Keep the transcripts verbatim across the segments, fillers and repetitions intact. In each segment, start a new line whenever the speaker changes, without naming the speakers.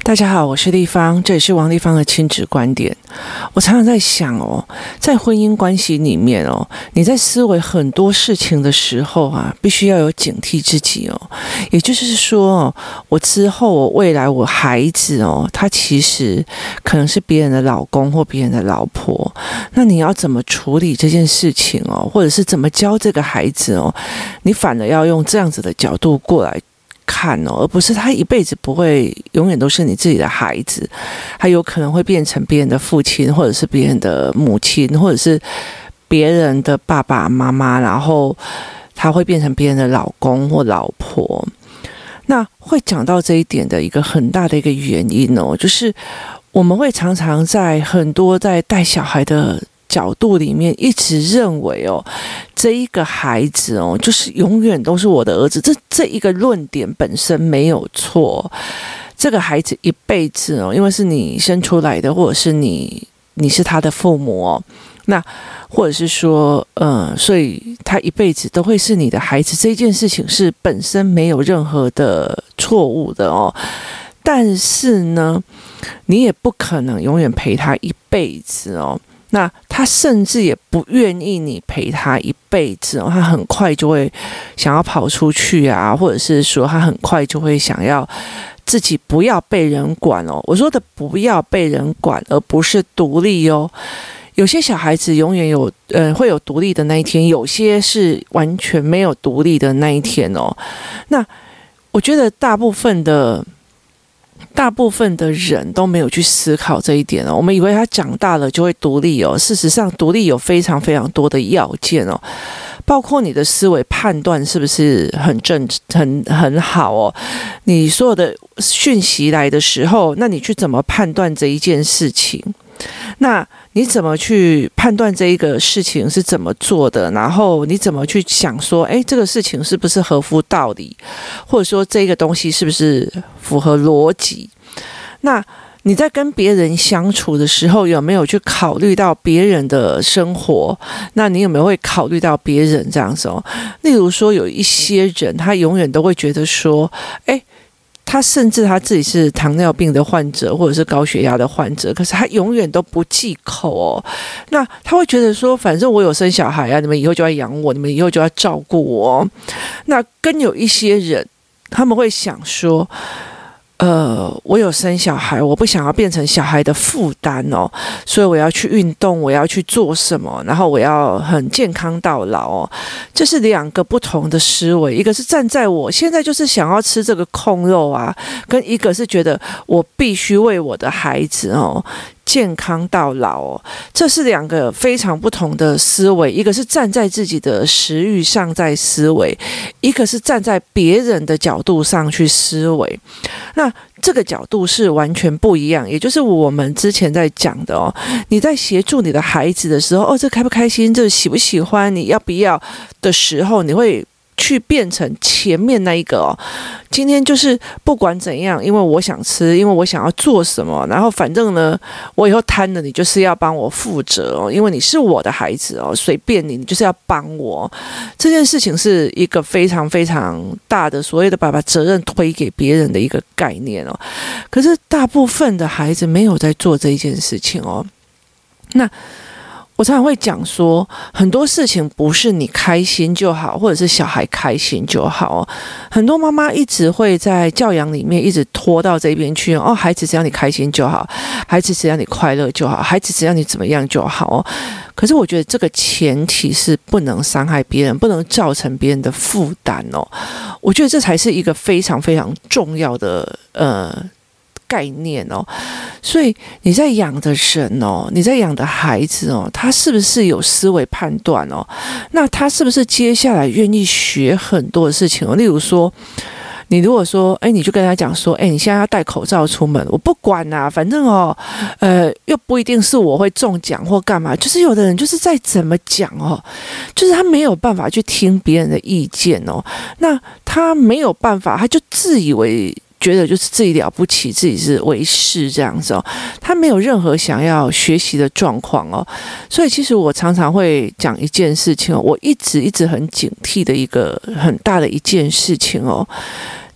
大家好，我是丽芳，这里是王丽芳的亲子观点。我常常在想哦，在婚姻关系里面哦，你在思维很多事情的时候啊，必须要有警惕自己哦。也就是说哦，我之后我未来我孩子哦，他其实可能是别人的老公或别人的老婆，那你要怎么处理这件事情哦，或者是怎么教这个孩子哦，你反而要用这样子的角度过来看哦，而不是他一辈子不会永远都是你自己的孩子，他有可能会变成别人的父亲，或者是别人的母亲，或者是别人的爸爸妈妈，然后他会变成别人的老公或老婆。那会讲到这一点的一个很大的一个原因哦，就是我们会常常在很多在带小孩的角度里面一直认为哦，这一个孩子哦，就是永远都是我的儿子，这这一个论点本身没有错。这个孩子一辈子哦，因为是你生出来的，或者是你你是他的父母哦，那或者是说，呃，所以他一辈子都会是你的孩子，这件事情是本身没有任何的错误的哦。但是呢，你也不可能永远陪他一辈子哦。那他甚至也不愿意你陪他一辈子哦，他很快就会想要跑出去啊，或者是说他很快就会想要自己不要被人管哦。我说的不要被人管，而不是独立哦。有些小孩子永远有呃会有独立的那一天，有些是完全没有独立的那一天哦。那我觉得大部分的。大部分的人都没有去思考这一点哦，我们以为他长大了就会独立哦，事实上独立有非常非常多的要件哦，包括你的思维判断是不是很正很很好哦，你所有的讯息来的时候，那你去怎么判断这一件事情？那你怎么去判断这一个事情是怎么做的？然后你怎么去想说，哎，这个事情是不是合乎道理，或者说这个东西是不是符合逻辑？那你在跟别人相处的时候，有没有去考虑到别人的生活？那你有没有会考虑到别人这样子哦？例如说，有一些人他永远都会觉得说，哎。他甚至他自己是糖尿病的患者，或者是高血压的患者，可是他永远都不忌口哦。那他会觉得说，反正我有生小孩啊，你们以后就要养我，你们以后就要照顾我。那跟有一些人，他们会想说，呃，我有生小孩，我不想要变成小孩的负担哦，所以我要去运动，我要去做什么，然后我要很健康到老哦。这是两个不同的思维，一个是站在我现在就是想要吃这个控肉啊，跟一个是觉得我必须为我的孩子哦。健康到老哦，这是两个非常不同的思维，一个是站在自己的食欲上在思维，一个是站在别人的角度上去思维。那这个角度是完全不一样，也就是我们之前在讲的哦，你在协助你的孩子的时候，哦，这开不开心，这喜不喜欢，你要不要的时候，你会去变成前面那一个哦，今天就是不管怎样，因为我想吃，因为我想要做什么，然后反正呢，我以后贪了，你就是要帮我负责哦，因为你是我的孩子哦，随便你，你就是要帮我。这件事情是一个非常非常大的所谓的把把责任推给别人的一个概念哦。可是大部分的孩子没有在做这一件事情哦。那我常常会讲说，很多事情不是你开心就好，或者是小孩开心就好哦。很多妈妈一直会在教养里面一直拖到这边去哦，孩子只要你开心就好，孩子只要你快乐就好，孩子只要你怎么样就好哦。可是我觉得这个前提是不能伤害别人，不能造成别人的负担哦。我觉得这才是一个非常非常重要的呃。概念哦，所以你在养的人哦，你在养的孩子哦，他是不是有思维判断哦？那他是不是接下来愿意学很多的事情哦？例如说，你如果说，哎，你就跟他讲说，哎，你现在要戴口罩出门，我不管啦、啊，反正哦，呃，又不一定是我会中奖或干嘛，就是有的人就是再怎么讲哦，就是他没有办法去听别人的意见哦，那他没有办法，他就自以为。觉得就是自己了不起，自己是为是这样子哦，他没有任何想要学习的状况哦，所以其实我常常会讲一件事情哦，我一直一直很警惕的一个很大的一件事情哦，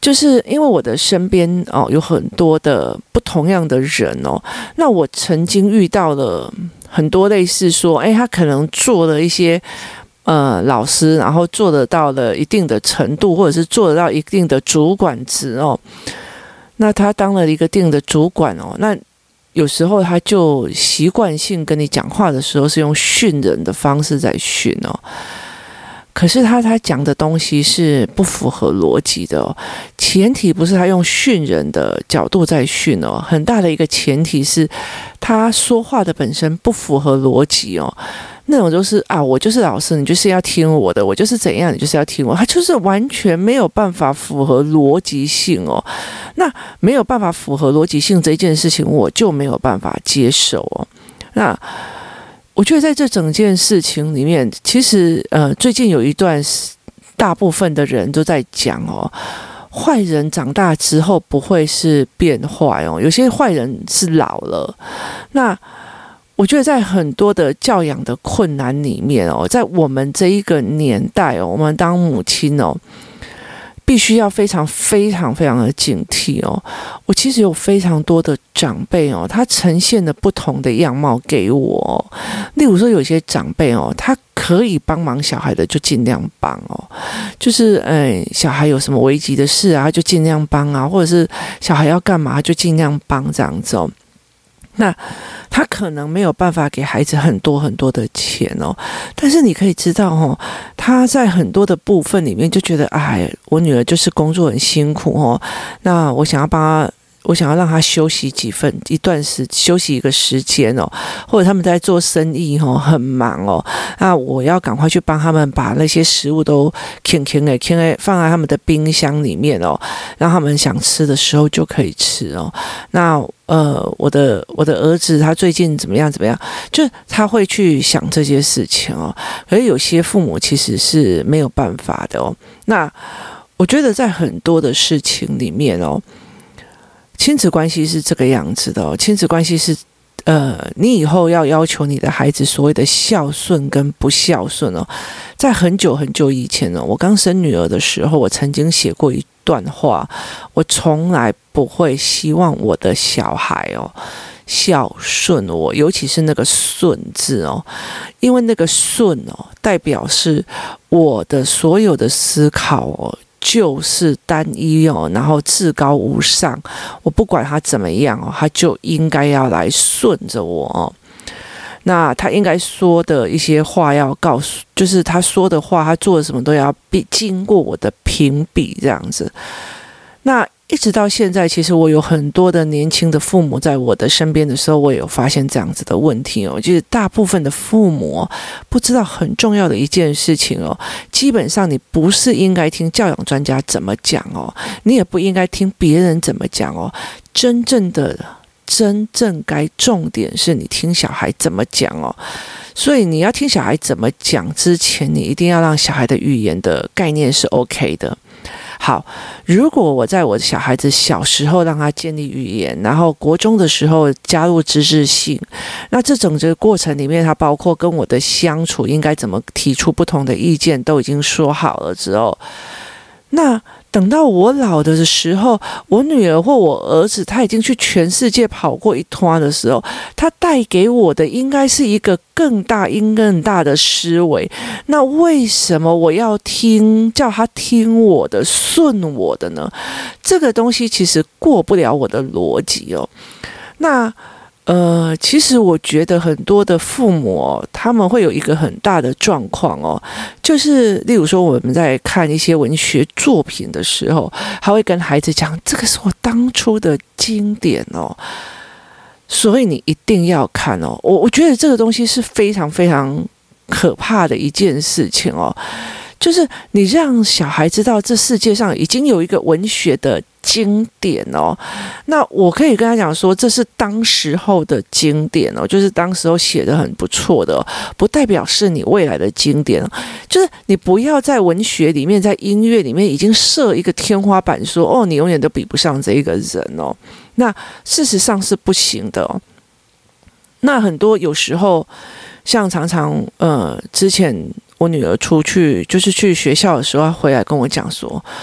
就是因为我的身边哦有很多的不同样的人哦，那我曾经遇到了很多类似说，哎，他可能做了一些呃老师，然后做得到了一定的程度，或者是做得到一定的主管职哦，那他当了一个定的主管哦，那有时候他就习惯性跟你讲话的时候是用训人的方式在训哦。可是他他讲的东西是不符合逻辑的哦，前提不是他用训人的角度在训哦，很大的一个前提是他说话的本身不符合逻辑哦，那种就是啊，我就是老师，你就是要听我的，我就是怎样，你就是要听我，他就是完全没有办法符合逻辑性哦，那没有办法符合逻辑性这一件事情，我就没有办法接受哦，那。我觉得在这整件事情里面，其实呃，最近有一段大部分的人都在讲哦，坏人长大之后不会是变坏哦，有些坏人是老了。那我觉得在很多的教养的困难里面哦，在我们这一个年代哦，我们当母亲哦，必须要非常非常非常的警惕哦。我其实有非常多的长辈哦，他呈现了不同的样貌给我哦。例如说，有些长辈哦，他可以帮忙小孩的就尽量帮哦，就是哎，小孩有什么危急的事啊，就尽量帮啊，或者是小孩要干嘛就尽量帮这样子哦。那他可能没有办法给孩子很多很多的钱哦，但是你可以知道哦，他在很多的部分里面就觉得，哎，我女儿就是工作很辛苦哦，那我想要帮她。我想要让他休息几分一段时休息一个时间哦，或者他们在做生意哦，很忙哦，那我要赶快去帮他们把那些食物都啃啃给啃给放在他们的冰箱里面哦，让他们想吃的时候就可以吃哦。那呃，我的我的儿子他最近怎么样怎么样，就他会去想这些事情哦。可是有些父母其实是没有办法的哦。那我觉得在很多的事情里面哦。亲子关系是这个样子的哦，亲子关系是，呃，你以后要要求你的孩子所谓的孝顺跟不孝顺哦，在很久很久以前哦，我刚生女儿的时候，我曾经写过一段话，我从来不会希望我的小孩哦孝顺我，尤其是那个顺字哦，因为那个顺哦，代表是我的所有的思考哦。就是单一哦，然后至高无上，我不管他怎么样哦，他就应该要来顺着我哦。那他应该说的一些话要告诉，就是他说的话，他做的什么都要必经过我的评比这样子。那一直到现在，其实我有很多的年轻的父母在我的身边的时候，我也有发现这样子的问题哦，就是大部分的父母哦，不知道很重要的一件事情哦，基本上你不是应该听教养专家怎么讲哦，你也不应该听别人怎么讲哦，真正的真正该重点是你听小孩怎么讲哦，所以你要听小孩怎么讲之前，你一定要让小孩的语言的概念是 OK 的。好，如果我在我的小孩子小时候让他建立语言，然后国中的时候加入知识性，那这整个过程里面，他包括跟我的相处应该怎么提出不同的意见，都已经说好了之后，那等到我老的时候，我女儿或我儿子他已经去全世界跑过一趟的时候，他带给我的应该是一个更大、更大的思维。那为什么我要听叫他听我的、顺我的呢？这个东西其实过不了我的逻辑哦。那呃，其实我觉得很多的父母哦，他们会有一个很大的状况哦，就是例如说我们在看一些文学作品的时候，他会跟孩子讲，这个是我当初的经典哦，所以你一定要看哦。我我觉得这个东西是非常非常可怕的一件事情哦，就是你让小孩知道这世界上已经有一个文学的经典哦，那我可以跟他讲说，这是当时候的经典哦，就是当时候写的很不错的哦，不代表是你未来的经典哦，就是你不要在文学里面，在音乐里面已经设一个天花板说，哦，你永远都比不上这一个人哦，那事实上是不行的哦。那很多有时候，像常常呃，之前我女儿出去就是去学校的时候，她回来跟我讲说，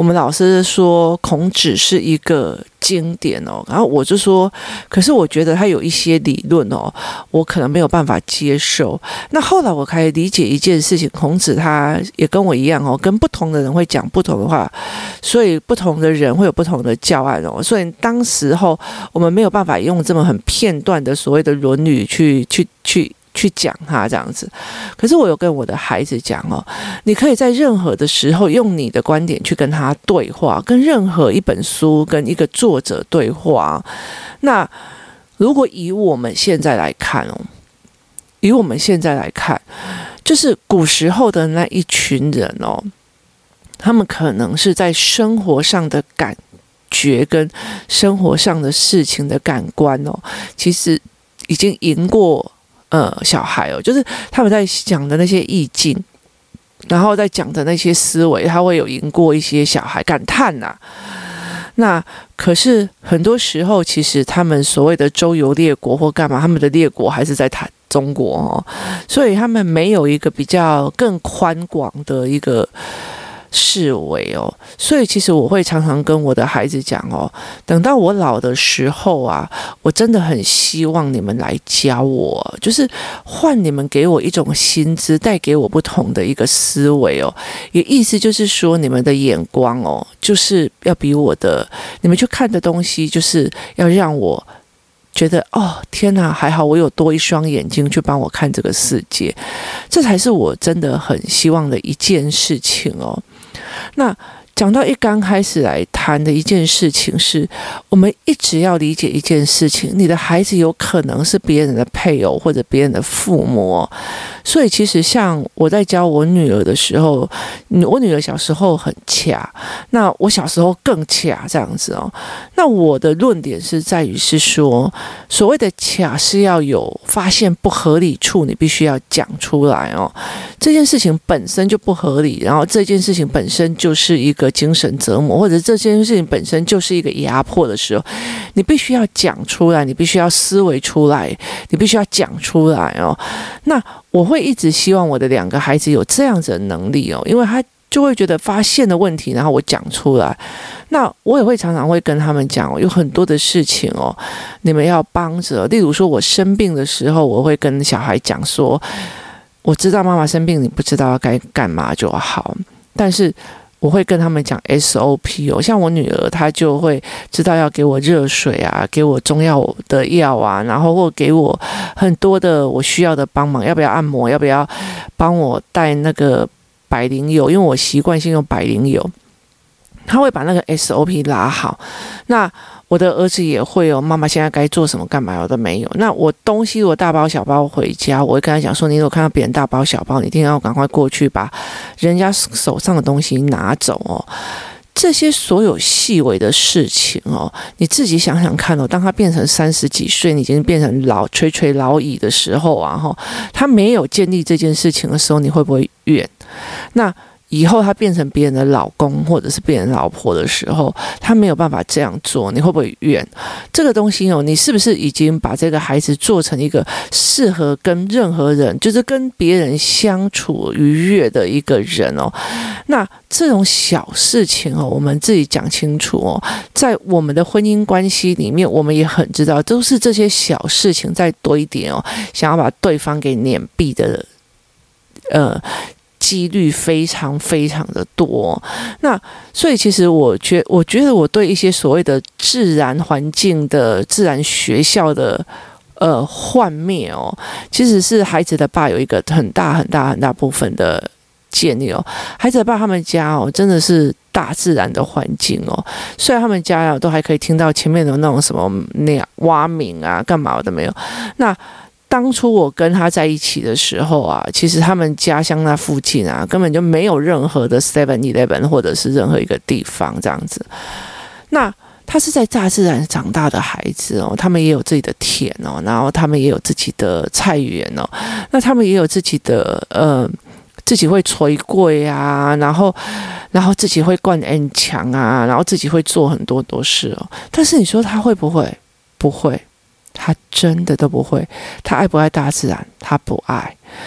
我们老师说孔子是一个经典哦，然后我就说，可是我觉得他有一些理论哦，我可能没有办法接受。那后来我开始理解一件事情，孔子他也跟我一样哦，跟不同的人会讲不同的话，所以不同的人会有不同的教案哦，所以当时候我们没有办法用这么很片段的所谓的《论语》去去去。去讲他这样子，可是我有跟我的孩子讲哦，你可以在任何的时候用你的观点去跟他对话，跟任何一本书跟一个作者对话。那如果以我们现在来看哦，以我们现在来看，就是古时候的那一群人哦，他们可能是在生活上的感觉跟生活上的事情的感官哦，其实已经赢过。呃，小孩哦，就是他们在讲的那些意境，然后在讲的那些思维，他会有赢过一些小孩感叹呐、啊。那可是很多时候，其实他们所谓的周游列国或干嘛，他们的列国还是在谈中国哦，所以他们没有一个比较更宽广的一个。视为哦，所以其实我会常常跟我的孩子讲哦，等到我老的时候啊，我真的很希望你们来教我，就是换你们给我一种薪资，带给我不同的一个思维哦，也意思就是说你们的眼光哦，就是要比我的，你们去看的东西，就是要让我。觉得哦天哪，还好我有多一双眼睛去帮我看这个世界，这才是我真的很希望的一件事情哦。那讲到一刚开始来谈的一件事情是，我们一直要理解一件事情，你的孩子有可能是别人的配偶或者别人的父母哦。所以其实像我在教我女儿的时候，我女儿小时候很恰，那我小时候更恰这样子哦。那我的论点是在于是说，所谓的恰是要有发现不合理处，你必须要讲出来哦。这件事情本身就不合理，然后这件事情本身就是一个精神折磨，或者这件事情本身就是一个压迫的时候，你必须要讲出来，你必须要思维出来，你必须要讲出来哦。那我会一直希望我的两个孩子有这样子的能力哦，因为他就会觉得发现的问题，然后我讲出来。那我也会常常会跟他们讲哦，有很多的事情哦，你们要帮着。例如说我生病的时候，我会跟小孩讲说，我知道妈妈生病，你不知道该干嘛就好，但是我会跟他们讲 S O P 哦，像我女儿她就会知道要给我热水啊，给我中药的药啊，然后或给我很多的我需要的帮忙，要不要按摩，要不要帮我带那个百灵油，因为我习惯性用百灵油，他会把那个 S O P 拉好。那我的儿子也会哦，妈妈现在该做什么干嘛我都没有。那我东西如果大包小包回家，我会跟他讲说，你如果看到别人大包小包，你一定要赶快过去把人家手上的东西拿走哦。这些所有细微的事情哦，你自己想想看哦，当他变成三十几岁，你已经变成老垂垂老矣的时候啊，哈，他没有建立这件事情的时候，你会不会怨？那以后他变成别人的老公或者是别人老婆的时候，他没有办法这样做，你会不会怨？这个东西哦，你是不是已经把这个孩子做成一个适合跟任何人，就是跟别人相处愉悦的一个人哦？那这种小事情哦，我们自己讲清楚哦，在我们的婚姻关系里面，我们也很知道，都是这些小事情再多一点哦，想要把对方给碾毙的，呃。几率非常非常的多，那所以其实我觉我觉得我对一些所谓的自然环境的自然学校的呃幻灭哦，其实是孩子的爸有一个很大很大很大部分的建议哦。孩子的爸他们家哦真的是大自然的环境哦，虽然他们家都还可以听到前面的那种什么那样蛙鸣啊干嘛的没有，那。当初我跟他在一起的时候啊，其实他们家乡那附近啊，根本就没有任何的 seven eleven 或者是任何一个地方这样子。那他是在大自然长大的孩子哦，他们也有自己的田哦，然后他们也有自己的菜园哦，那他们也有自己的呃，自己会捶柜啊，然后然后自己会灌 N 墙啊，然后自己会做很多多事哦。但是你说他会不会？不会。他真的都不会，他爱不爱大自然？他不爱。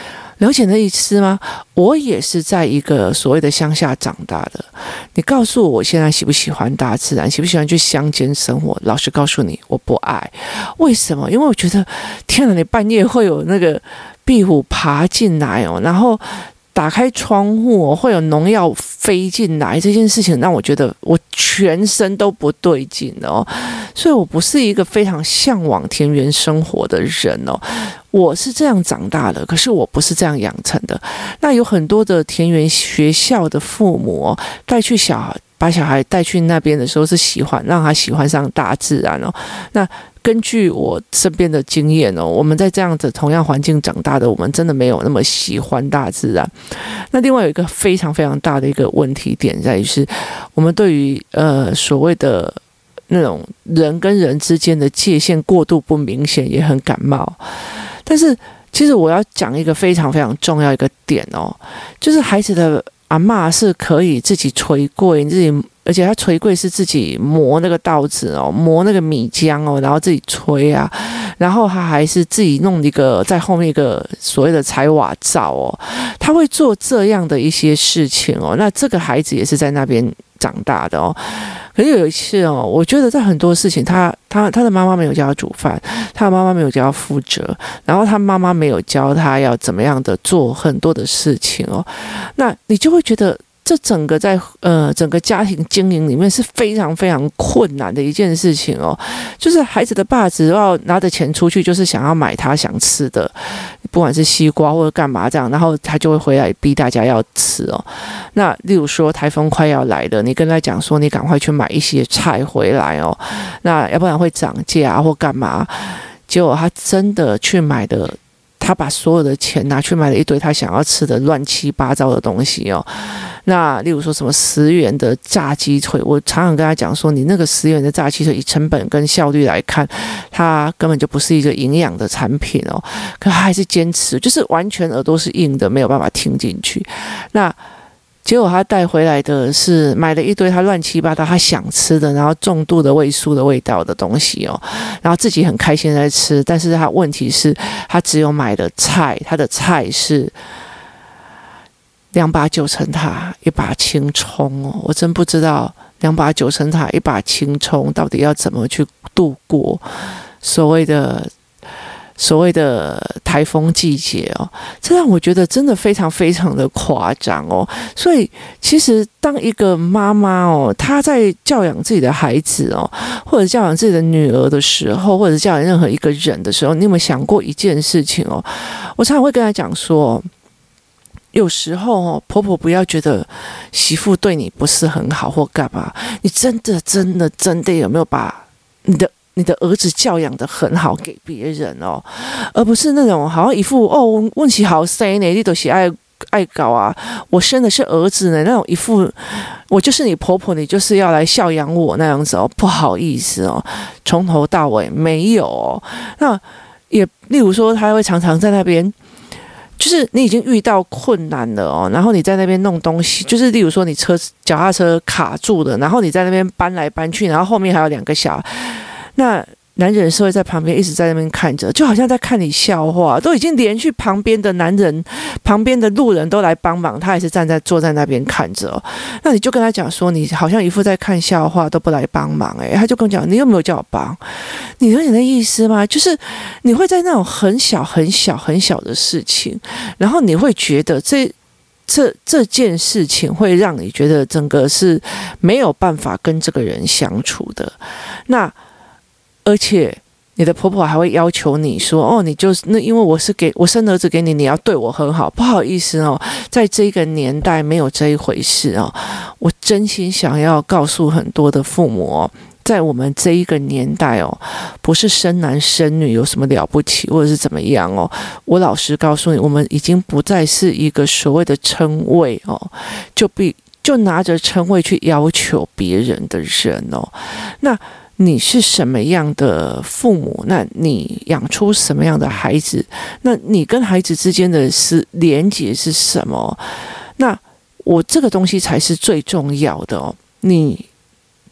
了解那意思吗？我也是在一个所谓的乡下长大的。你告诉我，我现在喜不喜欢大自然，喜不喜欢去乡间生活？老实告诉你，我不爱。为什么？因为我觉得，天哪，你半夜会有那个壁虎爬进来哦，然后打开窗户哦，会有农药飞进来，这件事情让我觉得我全身都不对劲哦。所以我不是一个非常向往田园生活的人哦。我是这样长大的，可是我不是这样养成的。那有很多的田园学校的父母哦，带去小孩，把小孩带去那边的时候是喜欢让他喜欢上大自然哦。那根据我身边的经验哦，我们在这样子同样环境长大的，我们真的没有那么喜欢大自然。那另外有一个非常非常大的一个问题点在于是，我们对于呃所谓的那种人跟人之间的界限过度不明显，也很感冒。但是其实我要讲一个非常非常重要一个点哦，就是孩子的阿嬷是可以自己捶柜，自己，而且他捶柜是自己磨那个稻子哦，磨那个米浆哦，然后自己捶啊，然后他还是自己弄一个在后面一个所谓的柴瓦灶哦，他会做这样的一些事情哦。那这个孩子也是在那边长大的哦。可是有一次哦，我觉得在很多事情他，他他的妈妈没有教他煮饭，他的妈妈没有教他负责，然后他妈妈没有教他要怎么样的做很多的事情哦，那你就会觉得这整个在呃整个家庭经营里面是非常非常困难的一件事情哦，就是孩子的爸只要拿着钱出去，就是想要买他想吃的，不管是西瓜或者干嘛这样，然后他就会回来逼大家要吃哦。那例如说台风快要来了，你跟他讲说你赶快去买一些菜回来哦，那要不然会涨价或干嘛，结果他真的去买的。他把所有的钱拿去买了一堆他想要吃的乱七八糟的东西哦。那例如说什么十元的炸鸡腿，我常常跟他讲说，你那个十元的炸鸡腿以成本跟效率来看，它根本就不是一个营养的产品哦。可他还是坚持，就是完全耳朵是硬的，没有办法听进去。那结果他带回来的是买了一堆他乱七八糟他想吃的，然后重度的味素的味道的东西哦，然后自己很开心在吃，但是他问题是他只有买的菜，他的菜是两把九层塔一把青葱哦，我真不知道两把九层塔一把青葱到底要怎么去度过所谓的所谓的台风季节哦，这让我觉得真的非常非常的夸张哦。所以其实当一个妈妈哦，她在教养自己的孩子哦，或者教养自己的女儿的时候，或者教养任何一个人的时候，你有没有想过一件事情哦？我常常会跟她讲说，有时候哦，婆婆不要觉得媳妇对你不是很好或干嘛，你真的真的真的有没有把你的你的儿子教养得很好给别人哦，而不是那种好像一副哦问题好生呢，你都是爱爱搞啊，我生的是儿子呢，那种一副我就是你婆婆，你就是要来孝养我那样子哦，不好意思哦，从头到尾没有哦。那也例如说，他会常常在那边。就是你已经遇到困难了哦，然后你在那边弄东西，就是例如说你车脚踏车卡住了，然后你在那边搬来搬去，然后后面还有两个小孩，那男人是会在旁边一直在那边看着，就好像在看你笑话，都已经连续旁边的男人、旁边的路人都来帮忙，他还是站在坐在那边看着、哦。那你就跟他讲说，你好像一副在看笑话，都不来帮忙、欸。诶，他就跟我讲，你有没有叫我帮？你有点的意思吗？就是你会在那种很小、很小、很小的事情，然后你会觉得这。这这件事情会让你觉得整个是没有办法跟这个人相处的，那而且你的婆婆还会要求你说，哦，你就是那因为我是给我生儿子给你，你要对我很好。不好意思哦，在这个年代没有这一回事哦。我真心想要告诉很多的父母哦。在我们这一个年代哦，不是生男生女有什么了不起，或者是怎么样哦。我老实告诉你，我们已经不再是一个所谓的称谓哦，就必就拿着称谓去要求别人的人哦。那你是什么样的父母？那你养出什么样的孩子？那你跟孩子之间的是连结是什么？那我这个东西才是最重要的哦。你。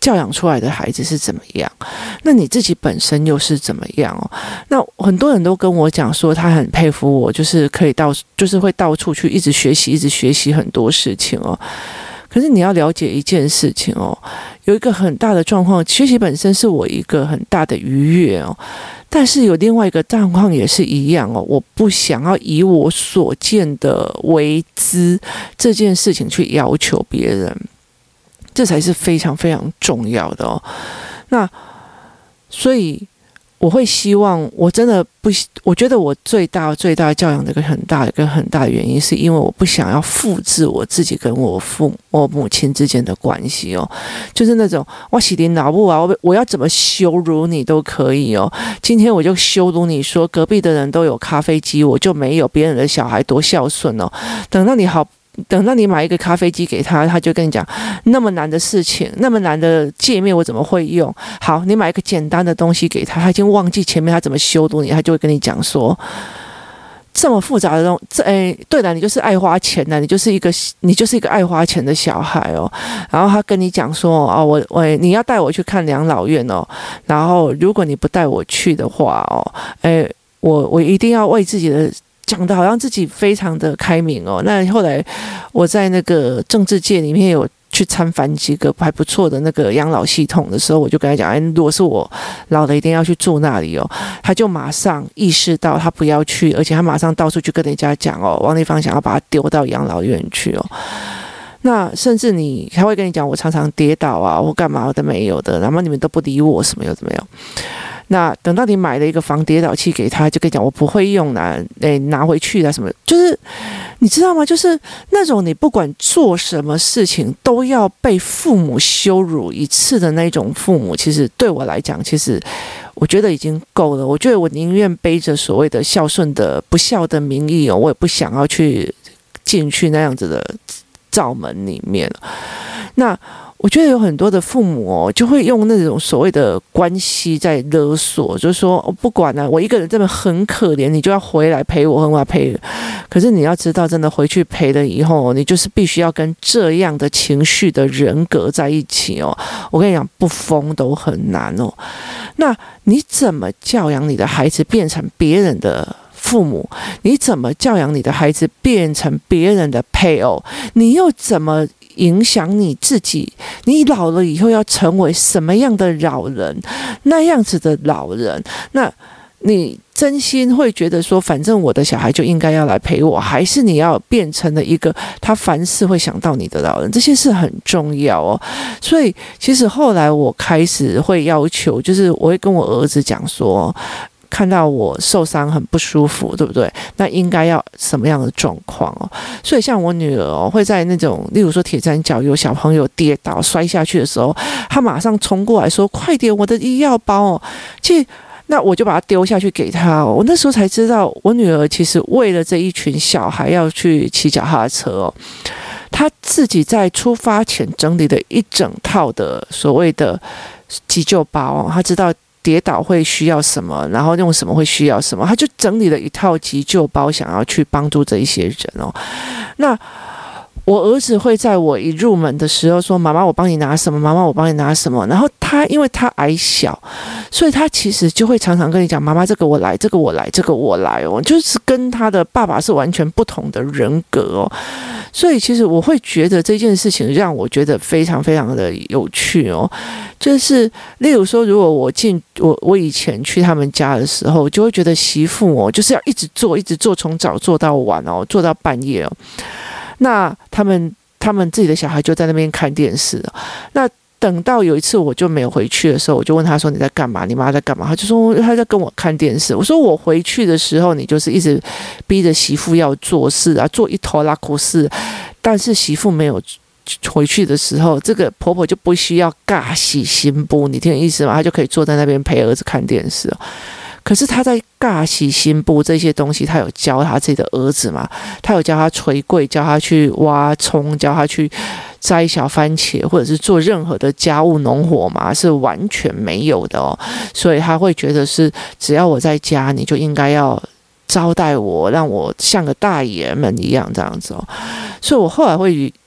教养出来的孩子是怎么样？那你自己本身又是怎么样哦？那很多人都跟我讲说，他很佩服我，就是可以到，就是会到处去一直学习，一直学习很多事情哦。可是你要了解一件事情哦，有一个很大的状况，学习本身是我一个很大的愉悦哦，但是有另外一个状况也是一样哦，我不想要以我所见的为资这件事情去要求别人，这才是非常非常重要的哦。那所以我会希望，我真的不，我觉得我最大最大教养的一个很大的一个很大的原因，是因为我不想要复制我自己跟我父我母亲之间的关系哦，就是那种我是你老母啊，我我要怎么羞辱你都可以哦。今天我就羞辱你说隔壁的人都有咖啡机，我就没有，别人的小孩多孝顺哦。等到你好。等到你买一个咖啡机给他，他就跟你讲那么难的事情，那么难的界面我怎么会用？好，你买一个简单的东西给他，他已经忘记前面他怎么羞辱你，他就会跟你讲说这么复杂的东西，这哎，对了，你就是爱花钱的，你就是一个你就是一个爱花钱的小孩哦。然后他跟你讲说哦，我我你要带我去看养老院哦，然后如果你不带我去的话哦，哎，我我一定要为自己的。讲的好像自己非常的开明哦。那后来我在那个政治界里面有去参访几个还不错的那个养老系统的时候，我就跟他讲，哎，如果是我老了一定要去住那里哦。他就马上意识到他不要去，而且他马上到处去跟人家讲哦，王立芳想要把他丢到养老院去哦。那甚至你还会跟你讲，我常常跌倒啊，我干嘛的没有的，然后你们都不理我，什么有怎么样？那等到你买了一个防跌倒器给他，就跟你讲我不会用啦，诶，拿回去啦什么，就是你知道吗？就是那种你不管做什么事情都要被父母羞辱一次的那种父母，其实对我来讲，其实我觉得已经够了。我觉得我宁愿背着所谓的孝顺的不孝的名义哦，我也不想要去进去那样子的罩门里面。那我觉得有很多的父母哦，就会用那种所谓的关系在勒索，就是说，哦，不管了，啊，我一个人真的很可怜，你就要回来陪我，我要陪。可是你要知道，真的回去陪了以后，你就是必须要跟这样的情绪的人格在一起哦。我跟你讲，不疯都很难哦。那你怎么教养你的孩子变成别人的父母？你怎么教养你的孩子变成别人的配偶？你又怎么影响你自己？你老了以后要成为什么样的老人？那样子的老人，那你真心会觉得说，反正我的小孩就应该要来陪我，还是你要变成了一个他凡事会想到你的老人？这些事很重要哦。所以其实后来我开始会要求，就是我会跟我儿子讲说，看到我受伤很不舒服，对不对？那应该要什么样的状况哦？所以像我女儿哦，会在那种例如说铁三角有小朋友跌倒摔下去的时候，她马上冲过来说：“快点，我的医药包哦！”其实那我就把它丢下去给她哦。我那时候才知道，我女儿其实为了这一群小孩要去骑脚踏车哦，她自己在出发前整理了一整套的所谓的急救包哦，她知道跌倒会需要什么，然后用什么会需要什么，他就整理了一套急救包，想要去帮助这一些人哦。那我儿子会在我一入门的时候说：“妈妈，我帮你拿什么？妈妈，我帮你拿什么？”然后他因为他矮小，所以他其实就会常常跟你讲：“妈妈，这个我来，这个我来，这个我来哦。”就是跟他的爸爸是完全不同的人格哦。所以其实我会觉得这件事情让我觉得非常非常的有趣哦。就是例如说，如果我进我我以前去他们家的时候，就会觉得媳妇哦，就是要一直做，一直做，从早做到晚哦，做到半夜哦。那他们他们自己的小孩就在那边看电视哦。那等到有一次我就没有回去的时候，我就问他说：“你在干嘛？你妈在干嘛？”他就说他在跟我看电视。我说我回去的时候，你就是一直逼着媳妇要做事啊，做一头拉苦事。但是媳妇没有回去的时候，这个婆婆就不需要尬洗新布，你听懂意思吗？她就可以坐在那边陪儿子看电视哦。可是他在尬洗新布这些东西，他有教他自己的儿子吗？他有教他捶柜，教他去挖葱，教他去摘小番茄，或者是做任何的家务农活吗？是完全没有的哦。所以他会觉得是只要我在家，你就应该要招待我，让我像个大爷们一样这样子哦。所以我后来会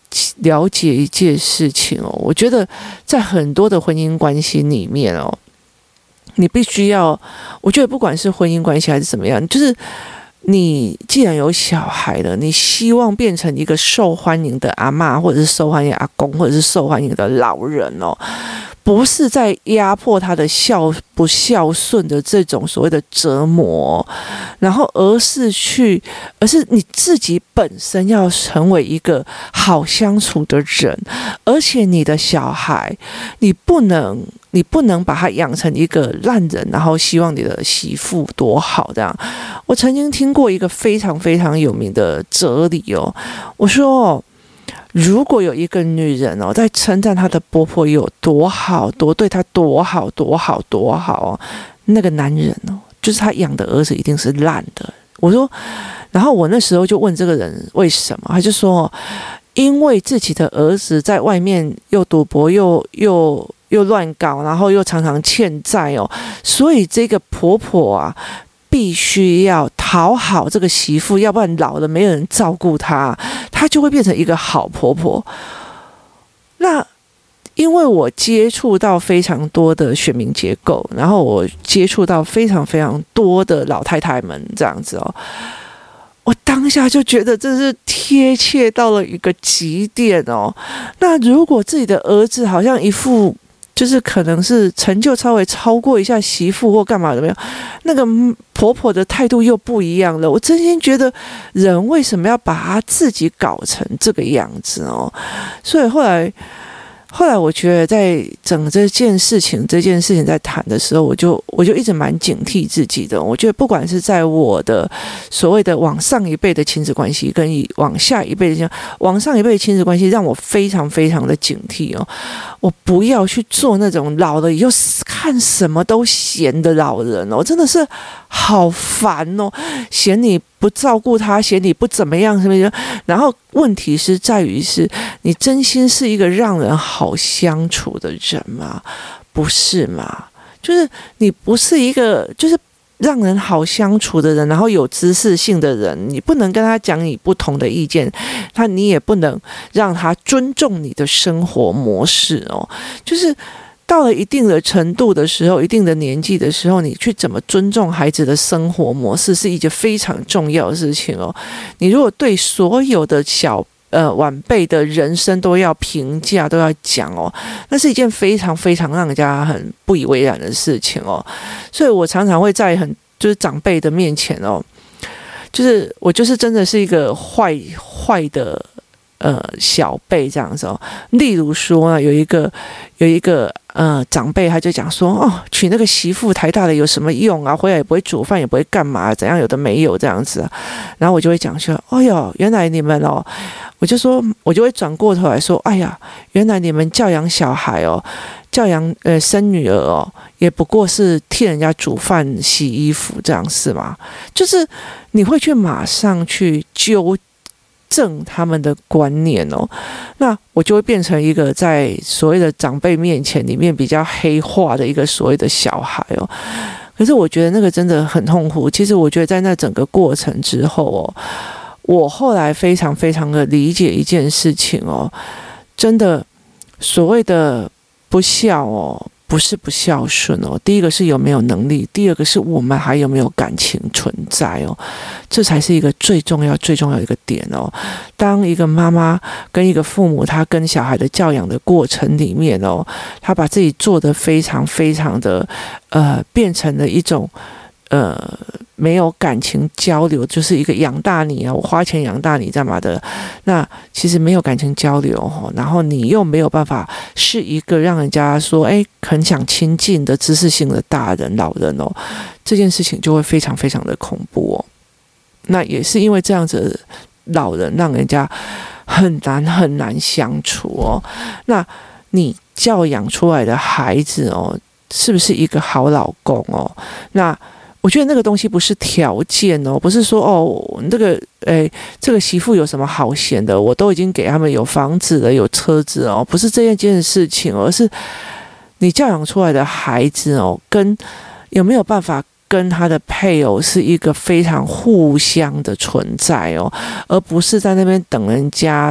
了解一件事情哦，我觉得在很多的婚姻关系里面哦，你必须要，我觉得不管是婚姻关系还是怎么样，就是你既然有小孩了，你希望变成一个受欢迎的阿嬷，或者是受欢迎的阿公，或者是受欢迎的老人哦，不是在压迫他的孝不孝顺的这种所谓的折磨，然后而是去，而是你自己本身要成为一个好相处的人，而且你的小孩，你不能，你不能把他养成一个烂人，然后希望你的媳妇多好这样。我曾经听过一个非常非常有名的哲理哦，我说哦，如果有一个女人哦，在称赞她的婆婆有多好，多对她多好，多好，多好哦，那个男人哦，就是他养的儿子一定是烂的。我说，然后我那时候就问这个人为什么，他就说，因为自己的儿子在外面又赌博又又又乱搞，然后又常常欠债哦，所以这个婆婆啊，必须要讨好这个媳妇，要不然老了没有人照顾她，她就会变成一个好婆婆。那因为我接触到非常多的选民结构，然后我接触到非常非常多的老太太们这样子哦，我当下就觉得这是贴切到了一个极点哦。那如果自己的儿子好像一副就是可能是成就稍微超过一下媳妇或干嘛怎么样，那个婆婆的态度又不一样了。我真心觉得人为什么要把他自己搞成这个样子哦？所以后来后来我觉得在整这件事情这件事情在谈的时候，我就我就一直蛮警惕自己的。我觉得不管是在我的所谓的往上一辈的亲子关系，跟往下一辈的往上一辈的亲子关系，让我非常非常的警惕哦。我不要去做那种老了以后看什么都嫌的老人哦，真的是好烦哦，嫌你不照顾他，嫌你不怎么样什么的。然后问题是在于是你真心是一个让人好相处的人吗？不是嘛？就是你不是一个就是让人好相处的人，然后有知识性的人，你不能跟他讲你不同的意见，他你也不能让他尊重你的生活模式哦。就是到了一定的程度的时候，一定的年纪的时候，你去怎么尊重孩子的生活模式是一件非常重要的事情哦。你如果对所有的小呃晚辈的人生都要评价都要讲哦，那是一件非常非常让人家很不以为然的事情哦。所以我常常会在很就是长辈的面前哦，就是我就是真的是一个坏坏的呃小辈这样子哦。例如说呢，有一个有一个呃长辈他就讲说，哦，娶那个媳妇台大的有什么用啊？回来也不会煮饭，也不会干嘛，怎样有的没有这样子啊。然后我就会讲说，哎呦，原来你们哦，我就说我就会转过头来说，哎呀，原来你们教养小孩哦，教养呃生女儿哦，也不过是替人家煮饭、洗衣服这样是吗？就是你会去马上去纠正他们的观念哦，那我就会变成一个在所谓的长辈面前里面比较黑化的一个所谓的小孩哦。可是我觉得那个真的很痛苦。其实我觉得在那整个过程之后哦，我后来非常非常的理解一件事情哦，真的所谓的不孝哦，不是不孝顺哦，第一个是有没有能力，第二个是我们还有没有感情存在哦，这才是一个最重要最重要的一个点哦。当一个妈妈跟一个父母，他跟小孩的教养的过程里面哦，他把自己做得非常非常的呃，变成了一种呃没有感情交流，就是一个养大你啊，我花钱养大你干嘛的，那其实没有感情交流哦，然后你又没有办法是一个让人家说哎很想亲近的知识性的大人老人哦，这件事情就会非常非常的恐怖哦。那也是因为这样子老人让人家很难很难相处哦。那你教养出来的孩子哦，是不是一个好老公哦？那我觉得那个东西不是条件哦，不是说哦，这个诶，这个媳妇有什么好嫌的？我都已经给他们有房子了，有车子哦，不是这一件事情，而是你教养出来的孩子哦，跟有没有办法跟他的配偶是一个非常互相的存在哦，而不是在那边等人家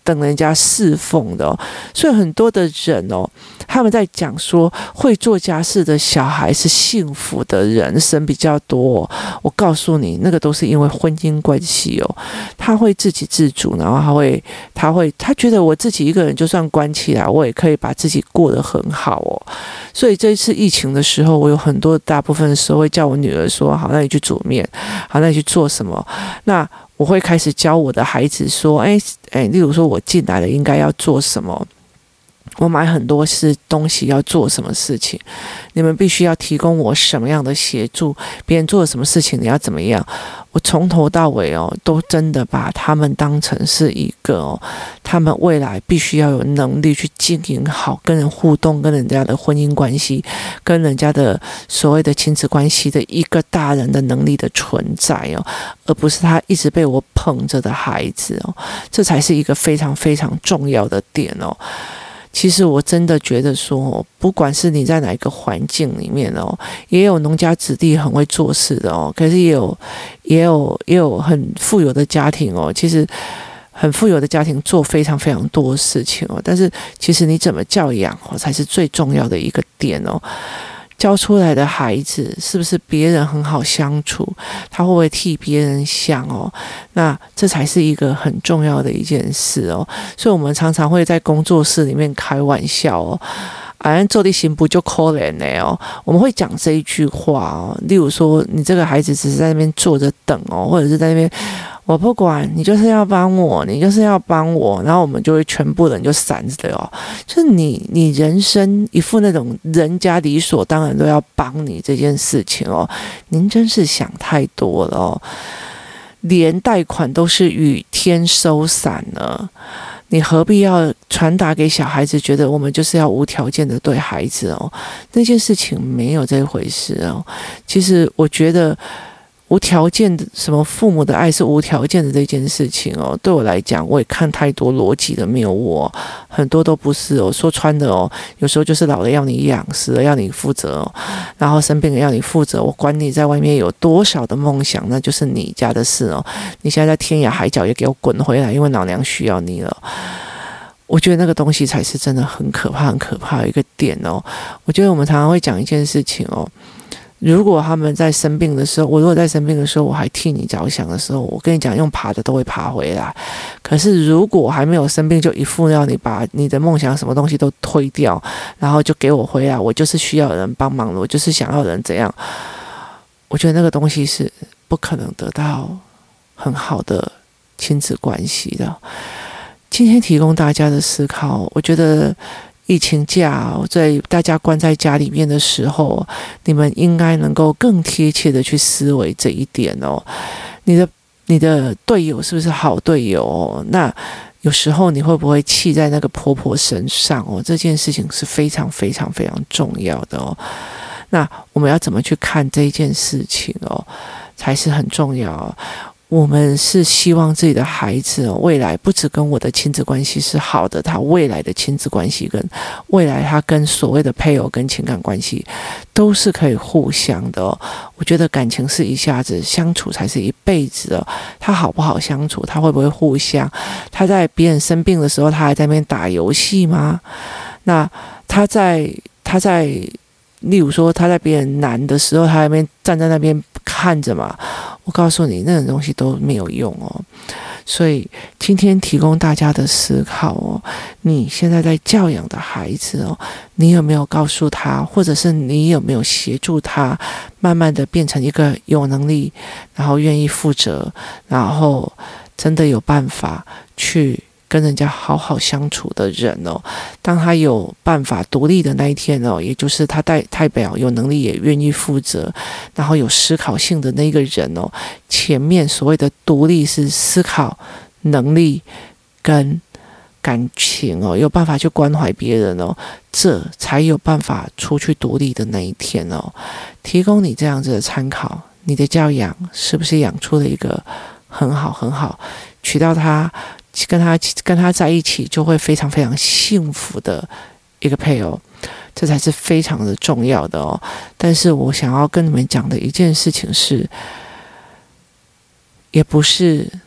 等人家侍奉的哦。所以很多的人哦，他们在讲说会做家事的小孩是幸福的人生比较多哦。我告诉你，那个都是因为婚姻关系哦，他会自给自足，然后他会他会他觉得我自己一个人就算关起来，我也可以把自己过得很好哦。所以这一次疫情的时候，我有很多大部分的时候会叫我女儿说，好，那你去煮面，好，那你去做什么，那我会开始教我的孩子说，哎哎，例如说我进来了应该要做什么，我买很多是东西要做什么事情，你们必须要提供我什么样的协助，别人做了什么事情你要怎么样。我从头到尾哦，都真的把他们当成是一个哦，他们未来必须要有能力去经营好跟人互动，跟人家的婚姻关系，跟人家的所谓的亲子关系的一个大人的能力的存在哦，而不是他一直被我捧着的孩子哦，这才是一个非常非常重要的点哦。其实我真的觉得说，不管是你在哪一个环境里面哦，也有农家子弟很会做事的哦，可是也有也有也有很富有的家庭哦，其实很富有的家庭做非常非常多的事情哦，但是其实你怎么教养哦，才是最重要的一个点哦。教出来的孩子是不是别人很好相处，他会不会替别人想哦，那这才是一个很重要的一件事哦。所以我们常常会在工作室里面开玩笑哦，啊，做的行不就可怜呢哦，我们会讲这一句话哦。例如说，你这个孩子只是在那边坐着等哦，或者是在那边，我不管你就是要帮我，你就是要帮我，然后我们就会全部人就散着哦。就是你你人生一副那种人家理所当然都要帮你这件事情哦，您真是想太多了哦。连贷款都是雨天收伞呢，你何必要传达给小孩子，觉得我们就是要无条件的对孩子哦？那件事情没有这回事哦。其实我觉得无条件的什么父母的爱是无条件的这件事情哦，对我来讲，我也看太多逻辑的谬误哦，很多都不是哦。说穿的哦，有时候就是老了要你养，死了要你负责哦，然后生病了要你负责。我管你在外面有多少的梦想，那就是你家的事哦。你现在在天涯海角也给我滚回来，因为老娘需要你了。我觉得那个东西才是真的很可怕、很可怕的一个点哦。我觉得我们常常会讲一件事情哦。如果他们在生病的时候，我如果在生病的时候，我还替你着想的时候，我跟你讲，用爬的都会爬回来。可是如果还没有生病，就一副要你把你的梦想什么东西都推掉，然后就给我回来，我就是需要人帮忙的，我就是想要人怎样。我觉得那个东西是不可能得到很好的亲子关系的。今天提供大家的思考，我觉得疫情假在大家关在家里面的时候，你们应该能够更贴切的去思维这一点哦。你的你的队友是不是好队友哦？那有时候你会不会气在那个婆婆身上哦？这件事情是非常非常非常重要的哦。那我们要怎么去看这件事情哦，才是很重要哦。我们是希望自己的孩子哦，未来不只跟我的亲子关系是好的，他未来的亲子关系跟未来他跟所谓的配偶跟情感关系都是可以互相的哦。我觉得感情是一下子，相处才是一辈子哦。他好不好相处，他会不会互相？他在别人生病的时候，他还在那边打游戏吗？那他在他在。例如说他在别人难的时候，他在那边站在那边看着嘛，我告诉你那种东西都没有用哦。所以今天提供大家的思考哦，你现在在教养的孩子哦，你有没有告诉他，或者是你有没有协助他慢慢的变成一个有能力，然后愿意负责，然后真的有办法去跟人家好好相处的人哦。当他有办法独立的那一天哦，也就是他代代表有能力也愿意负责，然后有思考性的那个人哦。前面所谓的独立是思考能力跟感情哦，有办法去关怀别人哦，这才有办法出去独立的那一天哦。提供你这样子的参考，你的教养是不是养出了一个很好很好，娶到他跟他跟他在一起就会非常非常幸福的一个配偶，这才是非常的重要的哦。但是我想要跟你们讲的一件事情是，也不是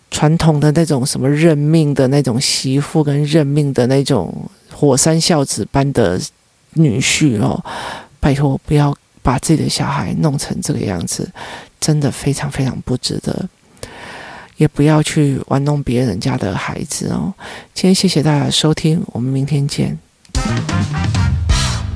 传统的那种什么认命的那种媳妇跟认命的那种火山孝子般的女婿哦，拜托不要把自己的小孩弄成这个样子，真的非常非常不值得。也不要去玩弄别人家的孩子哦。今天谢谢大家的收听，我们明天见。